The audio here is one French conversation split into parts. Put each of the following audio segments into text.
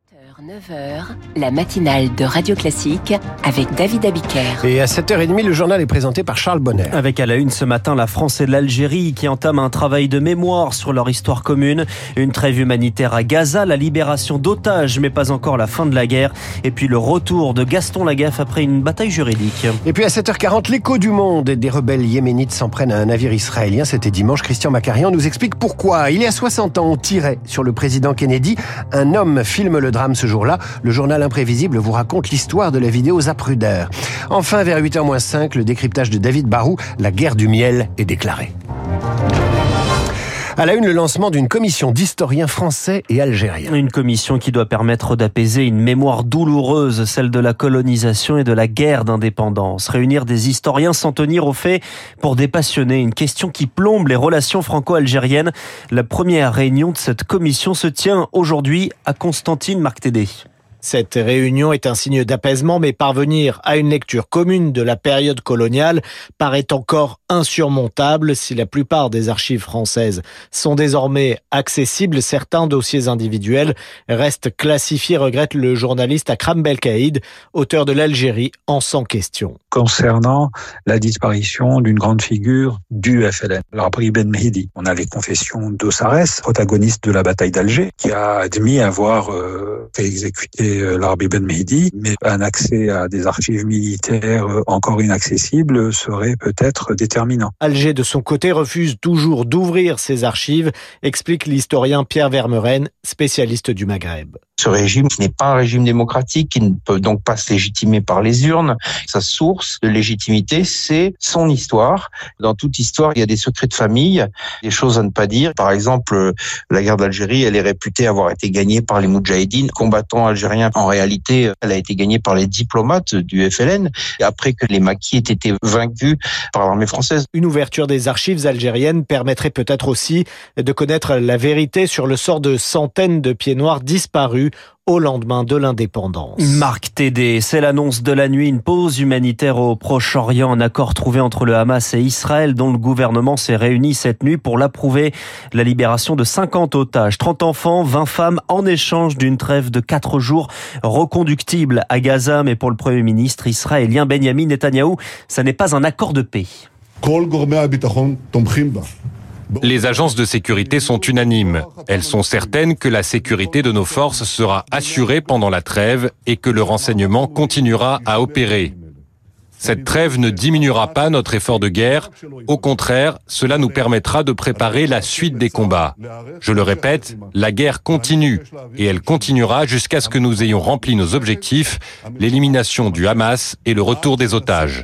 9h, la matinale de Radio Classique avec David Abiker. Et à 7h30, le journal est présenté par Charles Bonner. Avec à la une ce matin la France et l'Algérie qui entament un travail de mémoire sur leur histoire commune. Une trêve humanitaire à Gaza, la libération d'otages mais pas encore la fin de la guerre. Et puis le retour de Gaston Lagaffe après une bataille juridique. Et puis à 7h40, l'écho du monde. Des rebelles yéménites s'en prennent à un navire israélien. C'était dimanche. Christian Macarian nous explique pourquoi. Il y a 60 ans, on tirait sur le président Kennedy. Un homme filme le drame ce jour-là. Le journal Imprévisible vous raconte l'histoire de la vidéo Zapruder. Enfin, vers 8h-5, le décryptage de David Barou, la guerre du miel est déclarée. À la une, le lancement d'une commission d'historiens français et algériens. Une commission qui doit permettre d'apaiser une mémoire douloureuse, celle de la colonisation et de la guerre d'indépendance. Réunir des historiens s'en tenir aux faits pour dépassionner une question qui plombe les relations franco-algériennes. La première réunion de cette commission se tient aujourd'hui à Constantine Marc-Tédé. Cette réunion est un signe d'apaisement, mais parvenir à une lecture commune de la période coloniale paraît encore insurmontable. Si la plupart des archives françaises sont désormais accessibles, certains dossiers individuels restent classifiés, regrette le journaliste Akram Belkaïd, auteur de l'Algérie en 100 questions. Concernant la disparition d'une grande figure du FLN, l'Arbi Ben Mehdi. On a les confessions d'Osarès, protagoniste de la bataille d'Alger, qui a admis avoir fait exécuter l'Arbi Ben Mehdi, mais un accès à des archives militaires encore inaccessibles serait peut-être déterminant. Alger, de son côté, refuse toujours d'ouvrir ses archives, explique l'historien Pierre Vermeuren, spécialiste du Maghreb. Ce régime qui n'est pas un régime démocratique, qui ne peut donc pas se légitimer par les urnes. Sa source de légitimité, c'est son histoire. Dans toute histoire, il y a des secrets de famille, des choses à ne pas dire. Par exemple, la guerre d'Algérie, elle est réputée avoir été gagnée par les Moudjahidines, combattants algériens. En réalité, elle a été gagnée par les diplomates du FLN, après que les maquis aient été vaincus par l'armée française. Une ouverture des archives algériennes permettrait peut-être aussi de connaître la vérité sur le sort de centaines de pieds noirs disparus au lendemain de l'indépendance. Marc-Tédé, c'est l'annonce de la nuit, une pause humanitaire au Proche-Orient, un accord trouvé entre le Hamas et Israël dont le gouvernement s'est réuni cette nuit pour l'approuver. La libération de 50 otages, 30 enfants, 20 femmes en échange d'une trêve de 4 jours reconductible à Gaza. Mais pour le Premier ministre israélien Benjamin Netanyahou, ça n'est pas un accord de paix. Les agences de sécurité sont unanimes. Elles sont certaines que la sécurité de nos forces sera assurée pendant la trêve et que le renseignement continuera à opérer. Cette trêve ne diminuera pas notre effort de guerre. Au contraire, cela nous permettra de préparer la suite des combats. Je le répète, la guerre continue et elle continuera jusqu'à ce que nous ayons rempli nos objectifs, l'élimination du Hamas et le retour des otages.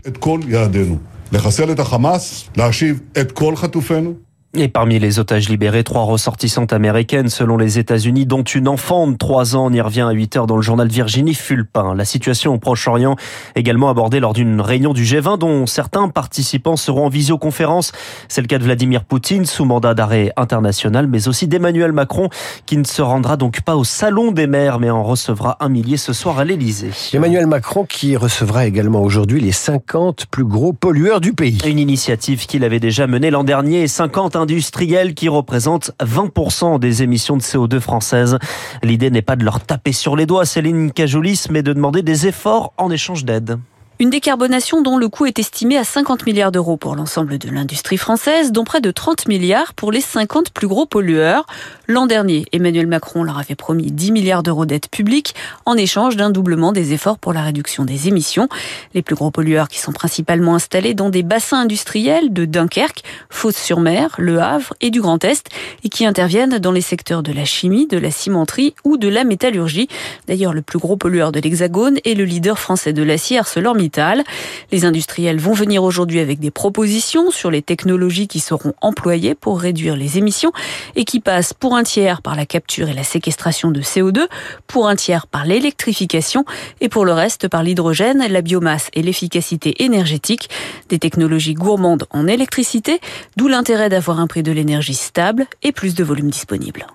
Et parmi les otages libérés, 3 ressortissantes américaines selon les États-Unis, dont une enfant de 3 ans. On y revient à 8h dans le journal Virginie Fulpin. La situation au Proche-Orient également abordée lors d'une réunion du G20 dont certains participants seront en visioconférence. C'est le cas de Vladimir Poutine sous mandat d'arrêt international, mais aussi d'Emmanuel Macron qui ne se rendra donc pas au Salon des maires mais en recevra 1 millier ce soir à l'Élysée. Emmanuel Macron qui recevra également aujourd'hui les 50 plus gros pollueurs du pays. Une initiative qu'il avait déjà menée l'an dernier, 50 industriels qui représentent 20% des émissions de CO2 françaises. L'idée n'est pas de leur taper sur les doigts, Céline Cajoulis, mais de demander des efforts en échange d'aide. Une décarbonation dont le coût est estimé à 50 milliards d'euros pour l'ensemble de l'industrie française, dont près de 30 milliards pour les 50 plus gros pollueurs. L'an dernier, Emmanuel Macron leur avait promis 10 milliards d'euros d'aide publique en échange d'un doublement des efforts pour la réduction des émissions. Les plus gros pollueurs qui sont principalement installés dans des bassins industriels de Dunkerque, Fos-sur-Mer, Le Havre et du Grand Est et qui interviennent dans les secteurs de la chimie, de la cimenterie ou de la métallurgie. D'ailleurs, le plus gros pollueur de l'Hexagone est le leader français de l'acier ArcelorMittal. Les industriels vont venir aujourd'hui avec des propositions sur les technologies qui seront employées pour réduire les émissions et qui passent pour un tiers par la capture et la séquestration de CO2, pour un tiers par l'électrification et pour le reste par l'hydrogène, la biomasse et l'efficacité énergétique. Des technologies gourmandes en électricité, d'où l'intérêt d'avoir un prix de l'énergie stable et plus de volume disponible.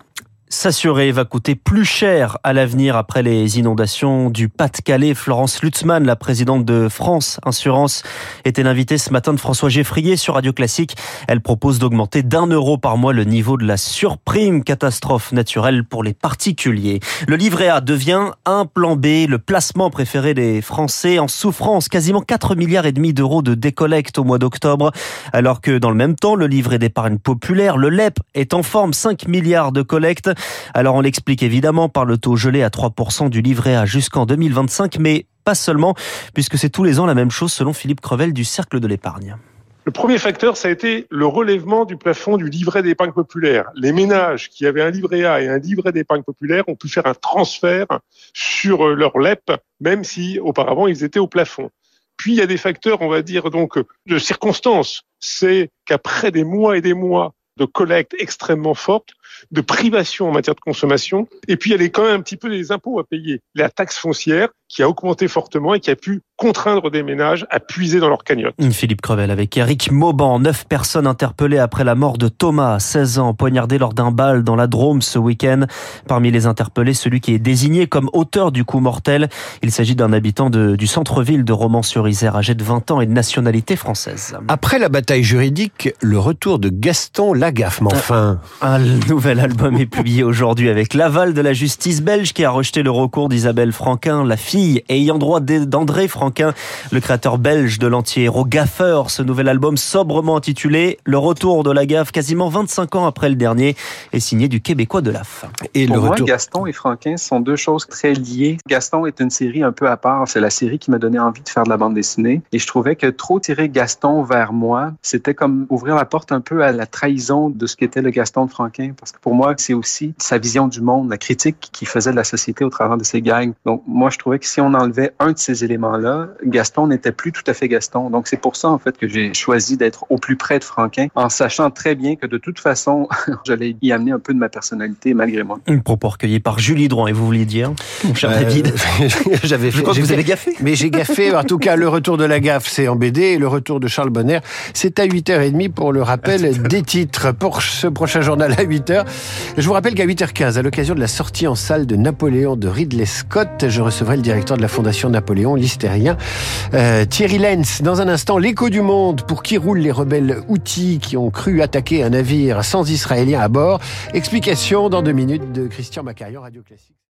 S'assurer va coûter plus cher à l'avenir après les inondations du Pas-de-Calais. Florence Lutzmann, la présidente de France Assurance, était l'invitée ce matin de François Geffrier sur Radio Classique. Elle propose d'augmenter d'1 euro par mois le niveau de la surprime catastrophe naturelle pour les particuliers. Le livret A devient un plan B, le placement préféré des Français en souffrance. Quasiment 4,5 milliards d'euros de décollecte au mois d'octobre, alors que dans le même temps, le livret d'épargne populaire, le LEP, est en forme, 5 milliards de collecte. Alors on l'explique évidemment par le taux gelé à 3% du livret A jusqu'en 2025, mais pas seulement, puisque c'est tous les ans la même chose selon Philippe Crevel du Cercle de l'épargne. Le premier facteur, ça a été le relèvement du plafond du livret d'épargne populaire. Les ménages qui avaient un livret A et un livret d'épargne populaire ont pu faire un transfert sur leur LEP, même si auparavant ils étaient au plafond. Puis il y a des facteurs, on va dire donc, de circonstances. C'est qu'après des mois et des mois de collecte extrêmement forte, de privation en matière de consommation, et puis il y a quand même un petit peu des impôts à payer. La taxe foncière qui a augmenté fortement et qui a pu contraindre des ménages à puiser dans leur cagnotte. Philippe Crevel avec Éric Mauban. 9 personnes interpellées après la mort de Thomas, 16 ans, poignardé lors d'un bal dans la Drôme ce week-end. Parmi les interpellés, celui qui est désigné comme auteur du coup mortel. Il s'agit d'un habitant du centre-ville de Romans-sur-Isère, âgé de 20 ans et de nationalité française. Après la bataille juridique, le retour de Gaston Lagaffe, enfin. Un nouvel album est publié aujourd'hui avec l'aval de la justice belge qui a rejeté le recours d'Isabelle Franquin, la fille ayant droit d'André Franquin, le créateur belge de l'anti-héros gaffeur. Ce nouvel album sobrement intitulé « Le retour de la gaffe », quasiment 25 ans après le dernier, est signé du Québécois de Laf. Et pour moi, Gaston et Franquin sont deux choses très liées. Gaston est une série un peu à part. C'est la série qui m'a donné envie de faire de la bande dessinée. Et je trouvais que trop tirer Gaston vers moi, c'était comme ouvrir la porte un peu à la trahison de ce qu'était le Gaston de Franquin. Parce que pour moi, c'est aussi sa vision du monde, la critique qu'il faisait de la société au travers de ses gags. Donc moi, je trouvais que si on enlevait un de ces éléments-là, Gaston n'était plus tout à fait Gaston. Donc c'est pour ça, en fait, que j'ai choisi d'être au plus près de Franquin, en sachant très bien que de toute façon, j'allais y amener un peu de ma personnalité malgré moi. Un propos recueilli par Julie Drouin, et vous vouliez dire, mon cher David? J'avais fait. Je crois que vous avez gaffé. Mais j'ai gaffé. En tout cas, le retour de la gaffe, c'est en BD, et le retour de Charles Bonner, c'est à 8h30 pour le rappel des titres. Pour ce prochain journal à 8h, je vous rappelle qu'à 8h15, à l'occasion de la sortie en salle de Napoléon de Ridley Scott, je recevrai le directeur de la Fondation Napoléon, l'hystérien Thierry Lenz. Dans un instant, l'écho du monde. Pour qui roulent les rebelles Houthis qui ont cru attaquer un navire sans Israéliens à bord? Explication dans 2 minutes de Christian Macarian, Radio Classique.